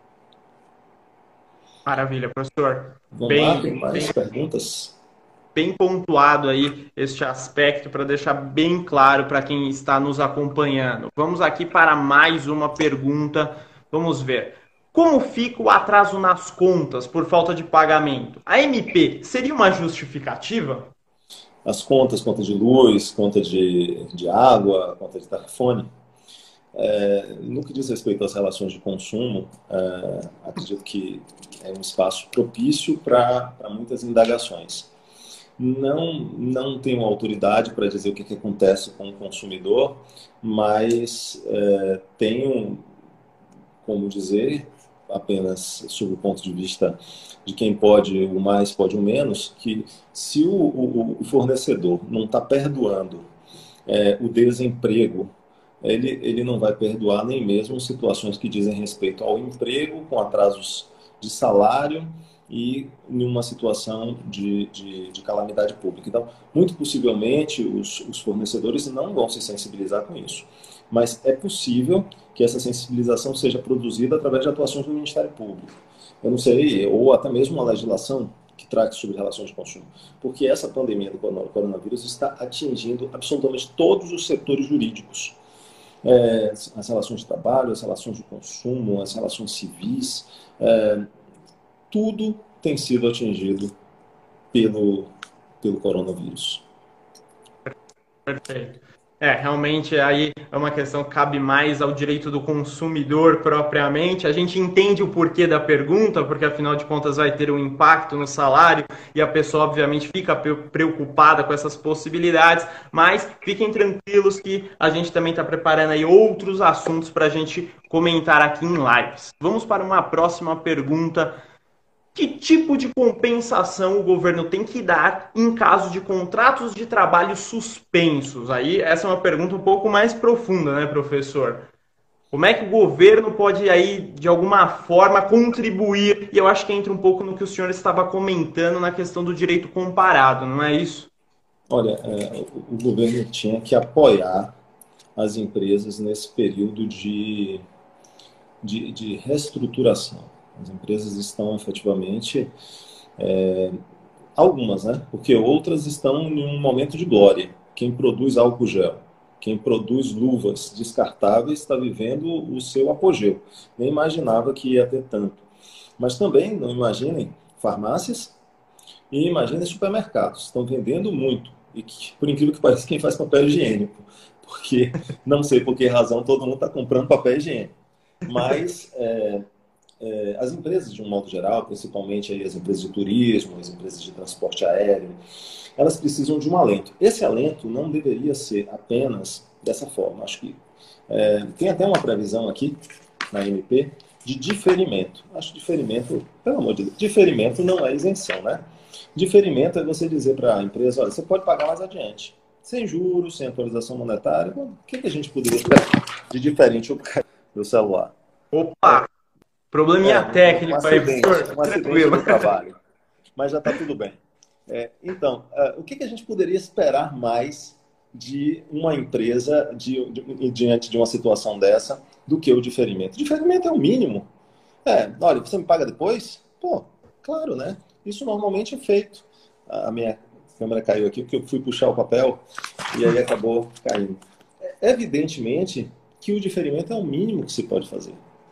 Maravilha, professor. Vamos lá, tem mais perguntas? Bem pontuado aí este aspecto para deixar bem claro para quem está nos acompanhando. Vamos aqui para mais uma pergunta. Vamos ver. Como fica o atraso nas contas por falta de pagamento? A MP seria uma justificativa? As contas, conta de luz, conta de água, conta de telefone. No que diz respeito às relações de consumo, acredito que é um espaço propício para muitas indagações. Não tenho autoridade para dizer o que acontece com o consumidor, mas tenho como dizer, apenas sob o ponto de vista de quem pode o mais, pode o menos, que se o fornecedor não está perdoando o desemprego, ele não vai perdoar nem mesmo situações que dizem respeito ao emprego, com atrasos de salário e em uma situação de calamidade pública. Então, muito possivelmente, os fornecedores não vão se sensibilizar com isso. Mas é possível que essa sensibilização seja produzida através de atuações do Ministério Público. Eu não sei, ou até mesmo uma legislação que trate sobre relações de consumo. Porque essa pandemia do coronavírus está atingindo absolutamente todos os setores jurídicos. As relações de trabalho, as relações de consumo, as relações civis, tudo tem sido atingido pelo coronavírus. Perfeito. Realmente aí é uma questão que cabe mais ao direito do consumidor propriamente. A gente entende o porquê da pergunta, porque afinal de contas vai ter um impacto no salário e a pessoa obviamente fica preocupada com essas possibilidades, mas fiquem tranquilos que a gente também está preparando aí outros assuntos para a gente comentar aqui em lives. Vamos para uma próxima pergunta. Que tipo de compensação o governo tem que dar em caso de contratos de trabalho suspensos? Aí, essa é uma pergunta um pouco mais profunda, né, professor? Como é que o governo pode, aí, de alguma forma, contribuir? E eu acho que entra um pouco no que o senhor estava comentando na questão do direito comparado, não é isso? Olha, o governo tinha que apoiar as empresas nesse período de reestruturação. As empresas estão efetivamente, algumas, né? Porque outras estão em um momento de glória. Quem produz álcool gel, quem produz luvas descartáveis está vivendo o seu apogeu. Nem imaginava que ia ter tanto. Mas também, não imaginem, farmácias e imaginem supermercados. Estão vendendo muito. E por incrível que pareça, quem faz papel higiênico. Porque, não sei por que razão, todo mundo está comprando papel higiênico. Mas As empresas, de um modo geral, principalmente aí as empresas de turismo, as empresas de transporte aéreo, elas precisam de um alento. Esse alento não deveria ser apenas dessa forma. Acho que tem até uma previsão aqui na MP de diferimento. Acho que diferimento, pelo amor de Deus, diferimento não é isenção, né? Diferimento é você dizer para a empresa, olha, você pode pagar mais adiante. Sem juros, sem atualização monetária. Bom, o que a gente poderia esperar de diferente do celular? Opa! Probleminha técnico aí, professor. Um acidente no trabalho. Mas já está tudo bem. Então, o que a gente poderia esperar mais de uma empresa diante de uma situação dessa do que o diferimento? Diferimento é o mínimo. Olha, você me paga depois? Pô, claro, né? Isso normalmente é feito. A minha câmera caiu aqui porque eu fui puxar o papel e aí acabou caindo. Evidentemente que o diferimento é o mínimo que se pode fazer.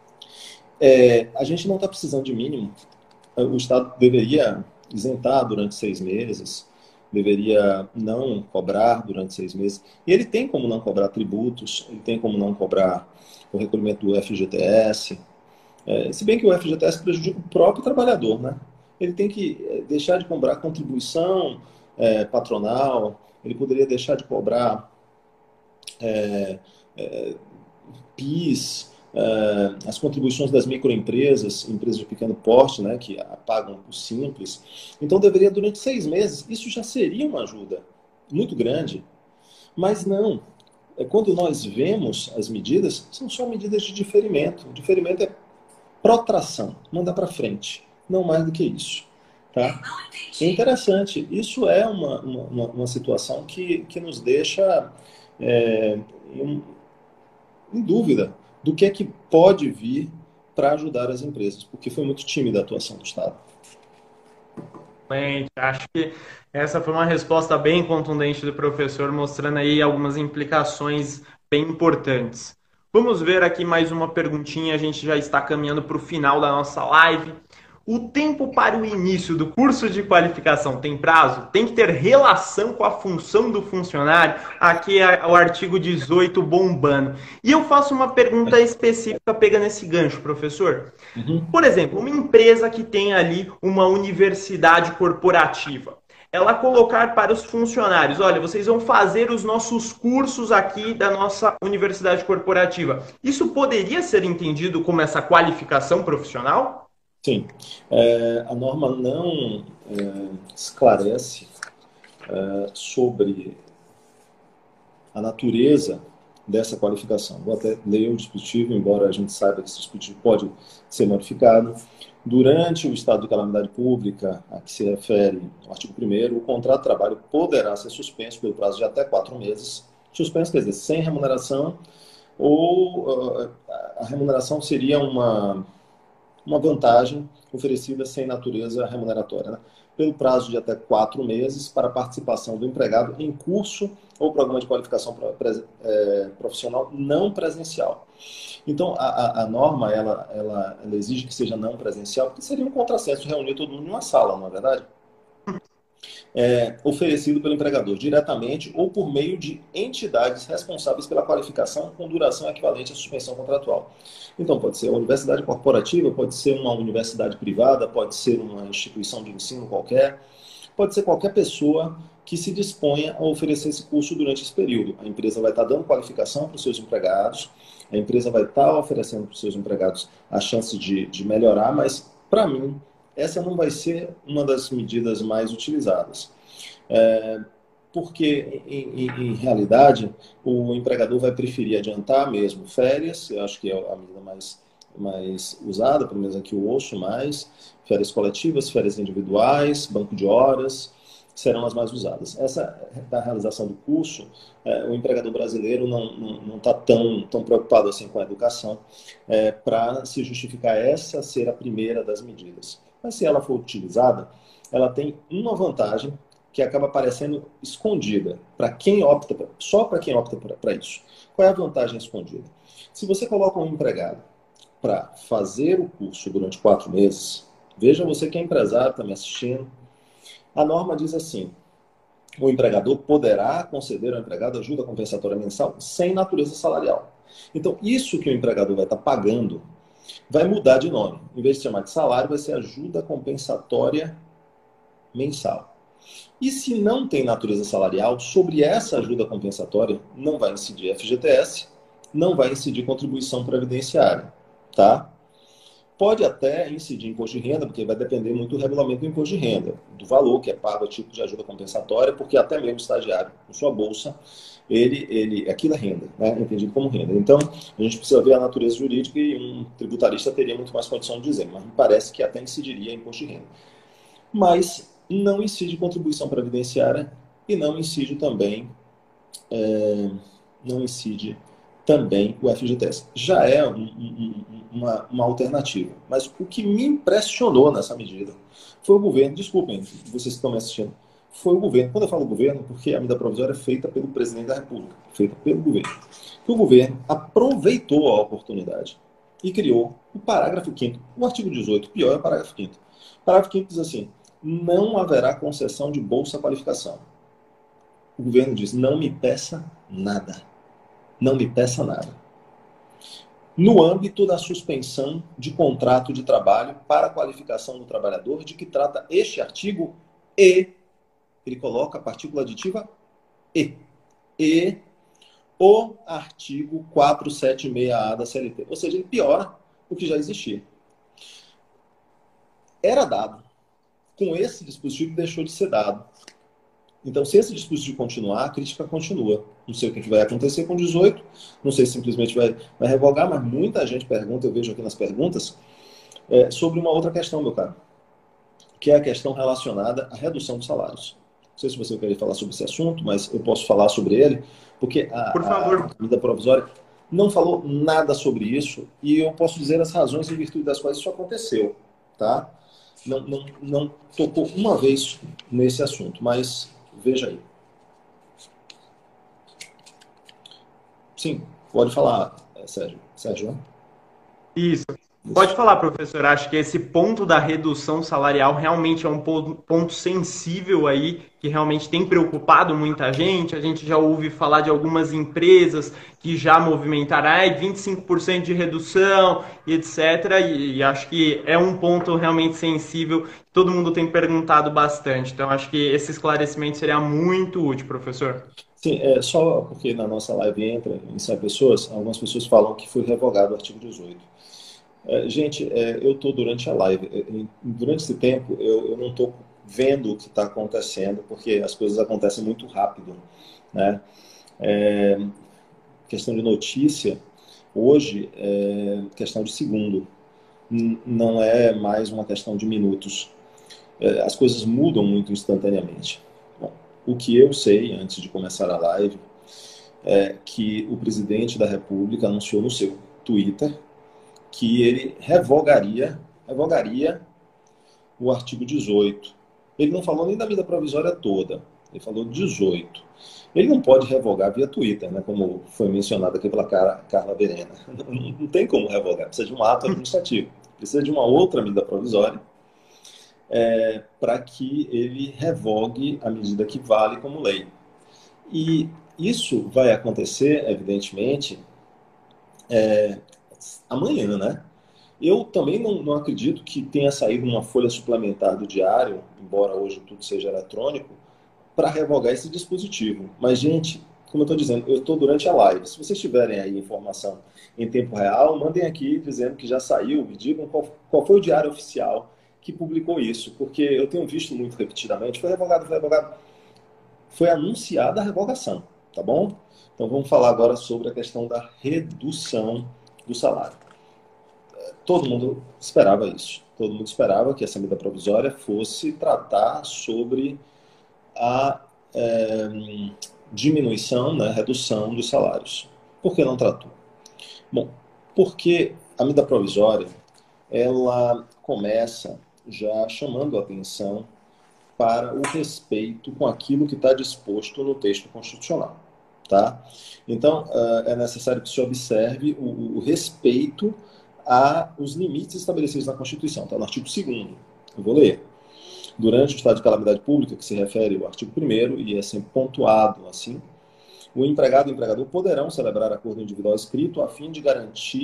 A gente não está precisando de mínimo. O Estado deveria isentar durante 6 meses, deveria não cobrar durante 6 meses. E ele tem como não cobrar tributos, ele tem como não cobrar o recolhimento do FGTS. Se bem que o FGTS prejudica o próprio trabalhador, né? Ele tem que deixar de cobrar contribuição patronal, ele poderia deixar de cobrar PIS, as contribuições das microempresas, empresas de pequeno porte, né, que pagam o Simples. Então, deveria, durante 6 meses, isso já seria uma ajuda muito grande. Mas não. Quando nós vemos as medidas, são só medidas de diferimento. O diferimento é protração, mandar para frente. Não mais do que isso. Tá? É interessante. Isso é uma situação que nos deixa em dúvida do que é que pode vir para ajudar as empresas, porque foi muito tímida a atuação do Estado. Acho que essa foi uma resposta bem contundente do professor, mostrando aí algumas implicações bem importantes. Vamos ver aqui mais uma perguntinha, a gente já está caminhando para o final da nossa live. O tempo para o início do curso de qualificação tem prazo? Tem que ter relação com a função do funcionário? Aqui é o artigo 18 bombando. E eu faço uma pergunta específica pegando esse gancho, professor. Por exemplo, uma empresa que tem ali uma universidade corporativa, ela colocar para os funcionários, olha, vocês vão fazer os nossos cursos aqui da nossa universidade corporativa. Isso poderia ser entendido como essa qualificação profissional? Sim, a norma não esclarece sobre a natureza dessa qualificação. Vou até ler o dispositivo, embora a gente saiba que esse dispositivo pode ser modificado. Durante o estado de calamidade pública, a que se refere o artigo 1º, o contrato de trabalho poderá ser suspenso pelo prazo de até 4 meses. Suspenso quer dizer sem remuneração, ou a remuneração seria uma vantagem oferecida sem natureza remuneratória, né? Pelo prazo de até 4 meses para a participação do empregado em curso ou programa de qualificação profissional não presencial. Então, a norma, ela exige que seja não presencial, porque seria um contrassenso reunir todo mundo em uma sala, não é verdade? Oferecido pelo empregador diretamente ou por meio de entidades responsáveis pela qualificação com duração equivalente à suspensão contratual. Então, pode ser uma universidade corporativa, pode ser uma universidade privada, pode ser uma instituição de ensino qualquer, pode ser qualquer pessoa que se disponha a oferecer esse curso durante esse período. A empresa vai estar dando qualificação para os seus empregados, a empresa vai estar oferecendo para os seus empregados a chance de melhorar, mas, para mim, essa não vai ser uma das medidas mais utilizadas. Porque, em realidade, o empregador vai preferir adiantar mesmo férias, eu acho que é a medida mais usada, pelo menos aqui eu ouço mais, férias coletivas, férias individuais, banco de horas, serão as mais usadas. Essa da realização do curso, o empregador brasileiro não está tão preocupado assim com a educação para se justificar essa ser a primeira das medidas. Mas se ela for utilizada, ela tem uma vantagem que acaba parecendo escondida só para quem opta para isso. Qual é a vantagem escondida? Se você coloca um empregado para fazer o curso durante 4 meses, veja você que é empresário, está me assistindo, a norma diz assim: o empregador poderá conceder ao empregado ajuda compensatória mensal sem natureza salarial. Então, isso que o empregador vai estar pagando vai mudar de nome. Em vez de chamar de salário, vai ser ajuda compensatória mensal. E se não tem natureza salarial, sobre essa ajuda compensatória não vai incidir FGTS, não vai incidir contribuição previdenciária, tá? Pode até incidir imposto de renda, porque vai depender muito do regulamento do imposto de renda, do valor que é pago a tipo de ajuda compensatória, porque até mesmo o estagiário, com sua bolsa, aquilo é renda, né? Entendido como renda. Então, a gente precisa ver a natureza jurídica e um tributarista teria muito mais condição de dizer, mas me parece que até incidiria imposto de renda. Mas não incide contribuição previdenciária e não incide também o FGTS. Já é uma alternativa. Mas o que me impressionou nessa medida foi o governo, desculpem, vocês que estão me assistindo, foi o governo. Quando eu falo governo, porque a medida provisória é feita pelo presidente da República, feita pelo governo. Que o governo aproveitou a oportunidade e criou o parágrafo 5º, o artigo 18, pior é o parágrafo 5º. O parágrafo 5º diz assim: não haverá concessão de bolsa qualificação. O governo diz: não me peça nada. Não me peça nada. No âmbito da suspensão de contrato de trabalho para a qualificação do trabalhador, de que trata este artigo, ele coloca a partícula aditiva e o artigo 476A da CLT. Ou seja, ele piora o que já existia. Era dado. Com esse dispositivo deixou de ser dado. Então, se esse dispositivo continuar, a crítica continua. Não sei o que vai acontecer com o 18, não sei se simplesmente vai revogar, mas muita gente pergunta, eu vejo aqui nas perguntas, sobre uma outra questão, meu caro, que é a questão relacionada à redução dos salários. Não sei se você quer falar sobre esse assunto, mas eu posso falar sobre ele, porque Por favor. A medida provisória não falou nada sobre isso, e eu posso dizer as razões em virtude das quais isso aconteceu, tá? Não tocou uma vez nesse assunto, mas veja aí. Sim, pode falar, Sérgio. Sérgio, né? Isso. Pode falar, professor. Acho que esse ponto da redução salarial realmente é um ponto sensível aí, que realmente tem preocupado muita gente. A gente já ouve falar de algumas empresas que já movimentaram 25% de redução e etc. E acho que é um ponto realmente sensível. Todo mundo tem perguntado bastante. Então, acho que esse esclarecimento seria muito útil, professor. Sim, só porque na nossa live entra em 100 pessoas, algumas pessoas falam que foi revogado o artigo 18. Gente, eu estou durante a live. Durante esse tempo, eu não estou vendo o que está acontecendo, porque as coisas acontecem muito rápido, né? Questão de notícia, hoje, é questão de segundo. Não é mais uma questão de minutos. As coisas mudam muito instantaneamente. Bom, o que eu sei, antes de começar a live, é que o presidente da República anunciou no seu Twitter que ele revogaria o artigo 18. Ele não falou nem da medida provisória toda, ele falou 18. Ele não pode revogar via Twitter, né, como foi mencionado aqui pela Carla Verena. Não tem como revogar, precisa de um ato administrativo, precisa de uma outra medida provisória para que ele revogue a medida que vale como lei. E isso vai acontecer, evidentemente, amanhã, né? Eu também não acredito que tenha saído uma folha suplementar do diário, embora hoje tudo seja eletrônico, para revogar esse dispositivo. Mas, gente, como eu estou dizendo, eu estou durante a live. Se vocês tiverem aí informação em tempo real, mandem aqui dizendo que já saiu, me digam qual foi o diário oficial que publicou isso, porque eu tenho visto muito repetidamente, foi revogado. Foi anunciada a revogação, tá bom? Então vamos falar agora sobre a questão da redução do salário. Todo mundo esperava isso. Todo mundo esperava que essa medida provisória fosse tratar sobre a diminuição, né, redução dos salários. Por que não tratou? Bom, porque a medida provisória, ela começa já chamando a atenção para o respeito com aquilo que está disposto no texto constitucional, tá? Então, é necessário que se observe o respeito aos limites estabelecidos na Constituição, tá? No artigo 2º, eu vou ler. Durante o estado de calamidade pública, que se refere ao artigo 1º, e é sempre pontuado assim, o empregado e o empregador poderão celebrar acordo individual escrito a fim de garantir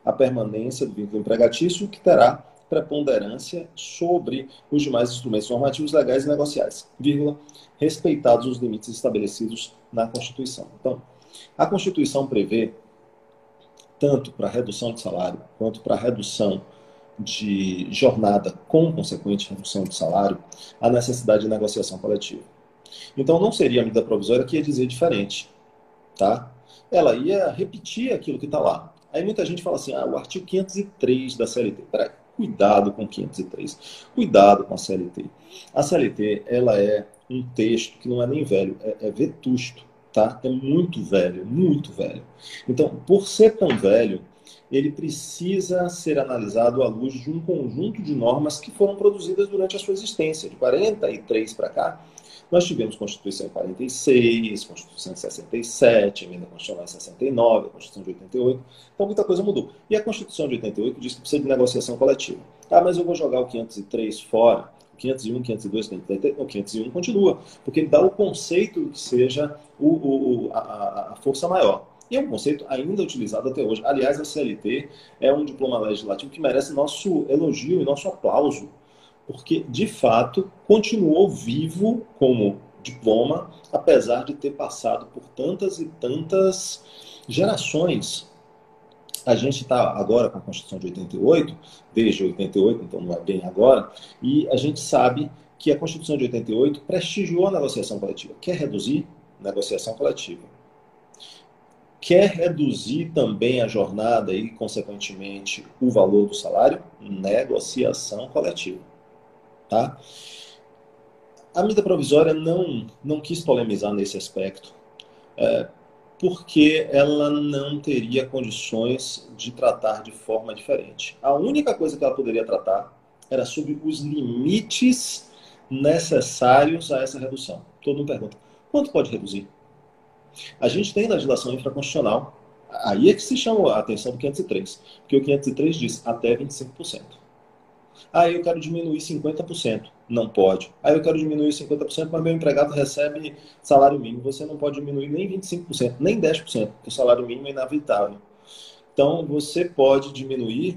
a permanência do vínculo empregatício, que terá preponderância sobre os demais instrumentos normativos, legais e negociais, vírgula, respeitados os limites estabelecidos na Constituição. Então, a Constituição prevê, tanto para redução de salário, quanto para redução de jornada com consequente redução de salário, a necessidade de negociação coletiva. Então, não seria a medida provisória que ia dizer diferente, tá? Ela ia repetir aquilo que está lá. Aí muita gente fala assim, o artigo 503 da CLT. Peraí, cuidado com 503, cuidado com a CLT. A CLT, ela é um texto que não é nem velho, é vetusto, tá? É muito velho, muito velho. Então, por ser tão velho, ele precisa ser analisado à luz de um conjunto de normas que foram produzidas durante a sua existência. De 43 para cá, nós tivemos Constituição em 46, Constituição em 67, Emenda Constitucional em 69, a Constituição de 88. Então, muita coisa mudou. E a Constituição de 88 diz que precisa de negociação coletiva. Mas eu vou jogar o 503 fora. O 501, 502, o 501 continua, porque ele dá o conceito que seja a força maior. E é um conceito ainda utilizado até hoje. Aliás, a CLT é um diploma legislativo que merece nosso elogio e nosso aplauso, porque, de fato, continuou vivo como diploma, apesar de ter passado por tantas e tantas gerações. A gente está agora com a Constituição de 88, desde 88, então não é bem agora, e a gente sabe que a Constituição de 88 prestigiou a negociação coletiva. Quer reduzir? Negociação coletiva. Quer reduzir também a jornada e, consequentemente, o valor do salário? Negociação coletiva. Tá? A medida provisória não quis polemizar nesse aspecto, porque ela não teria condições de tratar de forma diferente. A única coisa que ela poderia tratar era sobre os limites necessários a essa redução. Todo mundo pergunta, quanto pode reduzir? A gente tem legislação infraconstitucional, aí é que se chama a atenção do 503, porque o 503 diz até 25%. Eu quero diminuir 50%. Não pode. Eu quero diminuir 50%, mas meu empregado recebe salário mínimo. Você não pode diminuir nem 25%, nem 10%, porque o salário mínimo é inevitável. Então, você pode diminuir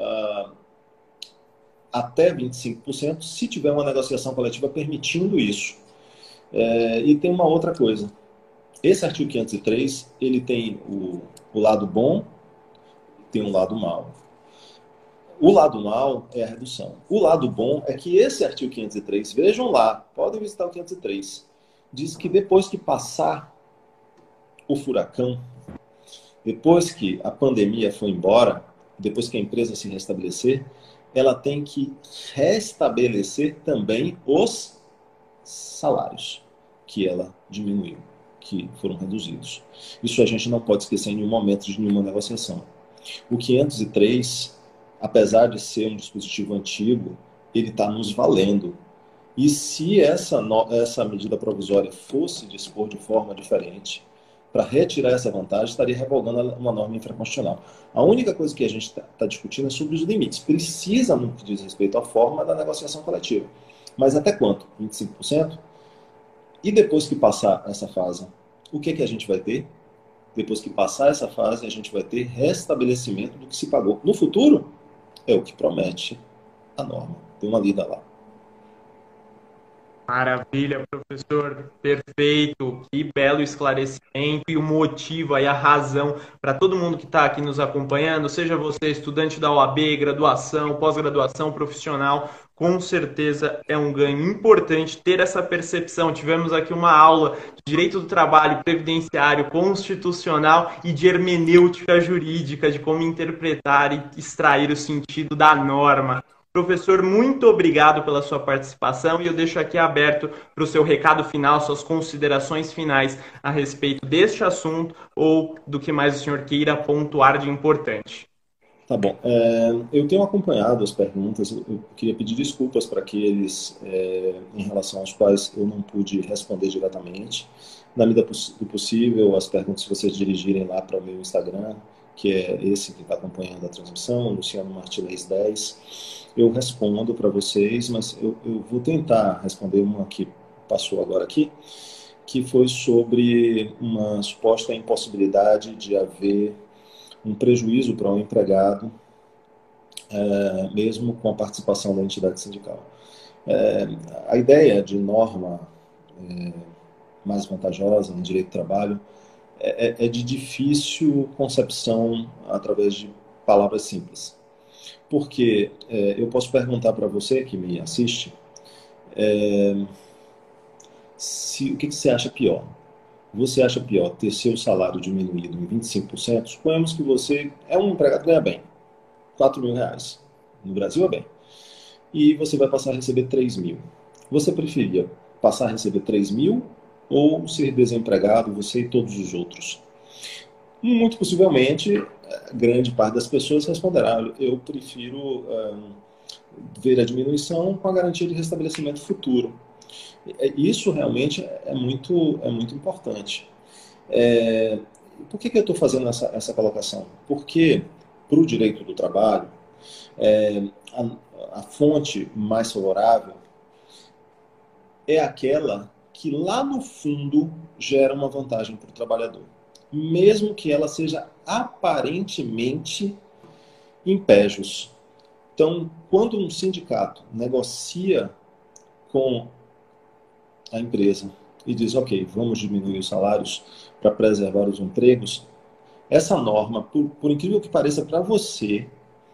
até 25% se tiver uma negociação coletiva permitindo isso. E tem uma outra coisa. Esse artigo 503, ele tem o lado bom e tem um lado mau. O lado mau é a redução. O lado bom é que esse artigo 503, vejam lá, podem visitar o 503, diz que depois que passar o furacão, depois que a pandemia for embora, depois que a empresa se restabelecer, ela tem que restabelecer também os salários que ela diminuiu, que foram reduzidos. Isso a gente não pode esquecer em nenhum momento de nenhuma negociação. O 503, apesar de ser um dispositivo antigo, ele está nos valendo. E se essa medida provisória fosse dispor de forma diferente, para retirar essa vantagem, estaria revogando uma norma infraconstitucional. A única coisa que a gente está discutindo é sobre os limites. Precisa, no que diz respeito à forma da negociação coletiva. Mas até quanto? 25%? E depois que passar essa fase, o que a gente vai ter? Depois que passar essa fase, a gente vai ter restabelecimento do que se pagou. No futuro, é o que promete a norma. Tem uma lida lá. Maravilha, professor. Perfeito. Que belo esclarecimento e o motivo aí, a razão para todo mundo que está aqui nos acompanhando, seja você estudante da OAB, graduação, pós-graduação, profissional, com certeza é um ganho importante ter essa percepção. Tivemos aqui uma aula de direito do trabalho, previdenciário, constitucional e de hermenêutica jurídica, de como interpretar e extrair o sentido da norma. Professor, muito obrigado pela sua participação e eu deixo aqui aberto para o seu recado final, suas considerações finais a respeito deste assunto ou do que mais o senhor queira pontuar de importante. Tá bom. Eu tenho acompanhado as perguntas, eu queria pedir desculpas para aqueles em relação aos quais eu não pude responder diretamente. Na medida do possível, as perguntas, se vocês dirigirem lá para o meu Instagram, que é esse que está acompanhando a transmissão, Luciano Martinez 10, eu respondo para vocês, mas eu vou tentar responder uma que passou agora aqui, que foi sobre uma suposta impossibilidade de haver um prejuízo para o empregado, mesmo com a participação da entidade sindical. A ideia de norma mais vantajosa no direito do trabalho é de difícil concepção através de palavras simples. Porque eu posso perguntar para você que me assiste, o que você acha pior? Você acha pior ter seu salário diminuído em 25%? Suponhamos que você é um empregado que ganha bem, R$ 4.000. No Brasil é bem. E você vai passar a receber 3 mil. Você preferia passar a receber 3 mil ou ser desempregado, você e todos os outros? Muito possivelmente, grande parte das pessoas responderá: eu prefiro ver a diminuição com a garantia de restabelecimento futuro. Isso realmente é muito importante. Por que eu estou fazendo essa colocação? Porque, para o direito do trabalho, a fonte mais favorável é aquela que lá no fundo gera uma vantagem para o trabalhador, mesmo que ela seja aparentemente impégios. Então, quando um sindicato negocia com a empresa e diz, ok, vamos diminuir os salários para preservar os empregos, essa norma, por incrível que pareça para você,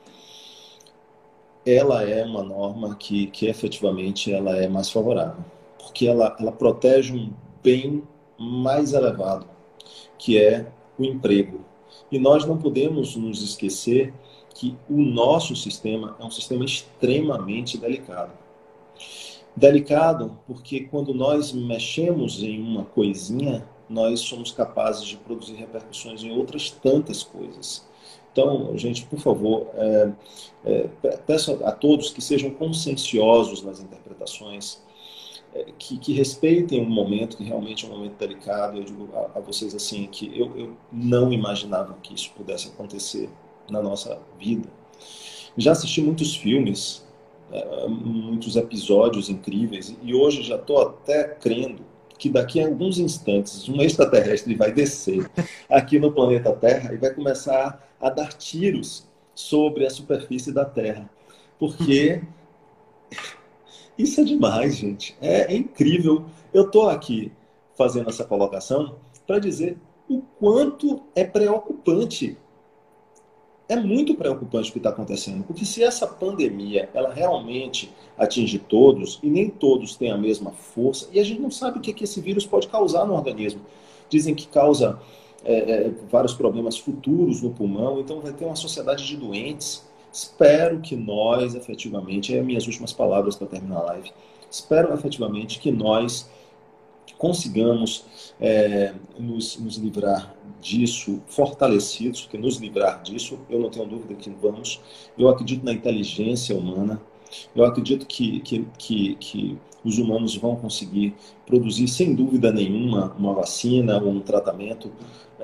ela é uma norma que efetivamente ela é mais favorável, porque ela protege um bem mais elevado, que é o emprego. E nós não podemos nos esquecer que o nosso sistema é um sistema extremamente delicado. Delicado porque quando nós mexemos em uma coisinha, nós somos capazes de produzir repercussões em outras tantas coisas. Então, gente, por favor, peço a todos que sejam conscienciosos nas interpretações, que respeitem um momento que realmente é um momento delicado. Eu digo a vocês assim, que eu não imaginava que isso pudesse acontecer na nossa vida. Já assisti muitos filmes, muitos episódios incríveis, e hoje já estou até crendo que daqui a alguns instantes um extraterrestre vai descer aqui no planeta Terra e vai começar a dar tiros sobre a superfície da Terra. Porque isso é demais, gente. É incrível. Eu estou aqui fazendo essa colocação para dizer o quanto é preocupante. É muito preocupante o que está acontecendo, porque se essa pandemia ela realmente atinge todos, e nem todos têm a mesma força, e a gente não sabe o que esse vírus pode causar no organismo. Dizem que causa vários problemas futuros no pulmão, então vai ter uma sociedade de doentes. Espero que nós, efetivamente, minhas últimas palavras para terminar a live, espero efetivamente que nós consigamos nos livrar disso, fortalecidos, porque nos livrar disso, eu não tenho dúvida que vamos. Eu acredito na inteligência humana, eu acredito que os humanos vão conseguir produzir, sem dúvida nenhuma, uma vacina ou um tratamento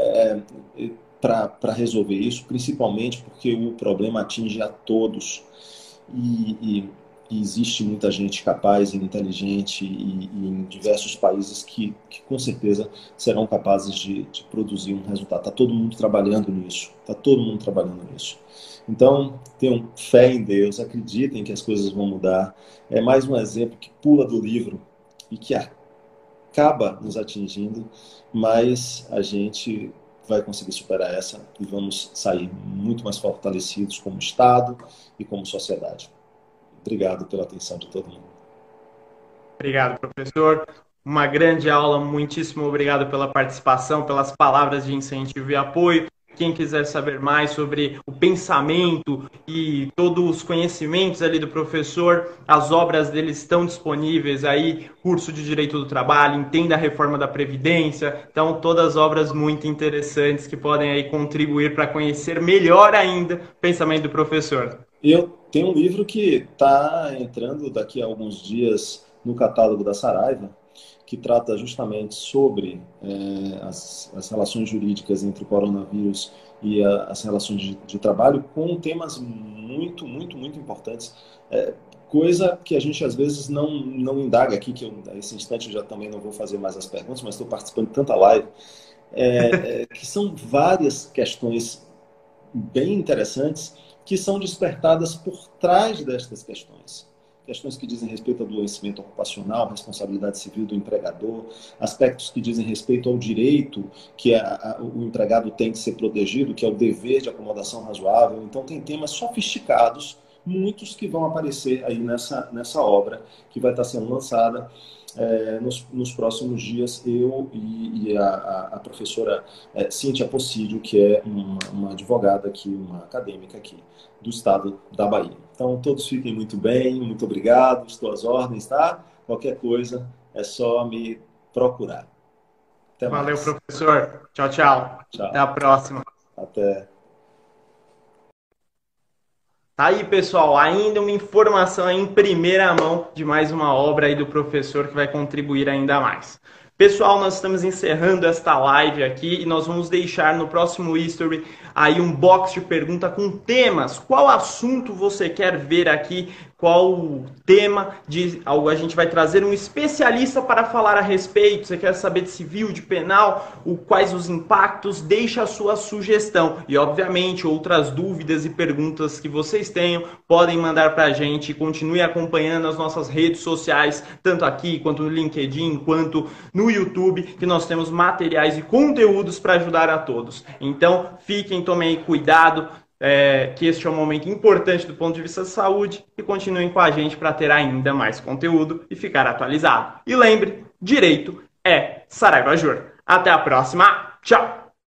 para resolver isso, principalmente porque o problema atinge a todos. E existe muita gente capaz e inteligente e em diversos países que com certeza serão capazes de produzir um resultado. Está todo mundo trabalhando nisso. Está todo mundo trabalhando nisso. Então, tenham fé em Deus, acreditem que as coisas vão mudar. É mais um exemplo que pula do livro e que acaba nos atingindo, mas a gente vai conseguir superar essa e vamos sair muito mais fortalecidos como Estado e como sociedade. Obrigado pela atenção de todo mundo. Obrigado, professor. Uma grande aula, muitíssimo obrigado pela participação, pelas palavras de incentivo e apoio. Quem quiser saber mais sobre o pensamento e todos os conhecimentos ali do professor, as obras dele estão disponíveis aí, curso de Direito do Trabalho, Entenda a Reforma da Previdência, então todas obras muito interessantes que podem aí contribuir para conhecer melhor ainda o pensamento do professor. Eu tenho um livro que está entrando daqui a alguns dias no catálogo da Saraiva, que trata justamente sobre as relações jurídicas entre o coronavírus e as relações de trabalho, com temas muito importantes. Coisa que a gente às vezes não indaga aqui, que nesse instante eu já também não vou fazer mais as perguntas, mas estou participando de tanta live, que são várias questões bem interessantes que são despertadas por trás destas questões. Questões que dizem respeito ao adoecimento ocupacional, responsabilidade civil do empregador, aspectos que dizem respeito ao direito que o empregado tem de ser protegido, que é o dever de acomodação razoável. Então, tem temas sofisticados, muitos que vão aparecer aí nessa obra, que vai estar sendo lançada nos próximos dias, eu e a professora Cíntia Possídio, que é uma advogada aqui, uma acadêmica aqui do estado da Bahia. Então, todos fiquem muito bem, muito obrigado, estou às ordens, tá? Qualquer coisa é só me procurar. Até mais. Valeu, professor. Tchau, tchau. Até a próxima. Até. Tá aí, pessoal, ainda uma informação em primeira mão de mais uma obra aí do professor que vai contribuir ainda mais. Pessoal, nós estamos encerrando esta live aqui e nós vamos deixar no próximo history aí um box de pergunta com temas. Qual assunto você quer ver aqui? Qual o tema? A gente vai trazer um especialista para falar a respeito. Você quer saber de civil, de penal? Quais os impactos? Deixa a sua sugestão. E, obviamente, outras dúvidas e perguntas que vocês tenham, podem mandar para a gente. Continue acompanhando as nossas redes sociais, tanto aqui, quanto no LinkedIn, quanto no YouTube, que nós temos materiais e conteúdos para ajudar a todos. Então, tomem aí cuidado, que este é um momento importante do ponto de vista de saúde, e continuem com a gente para ter ainda mais conteúdo e ficar atualizado. E lembre, direito é Saraiva Jur. Até a próxima, tchau!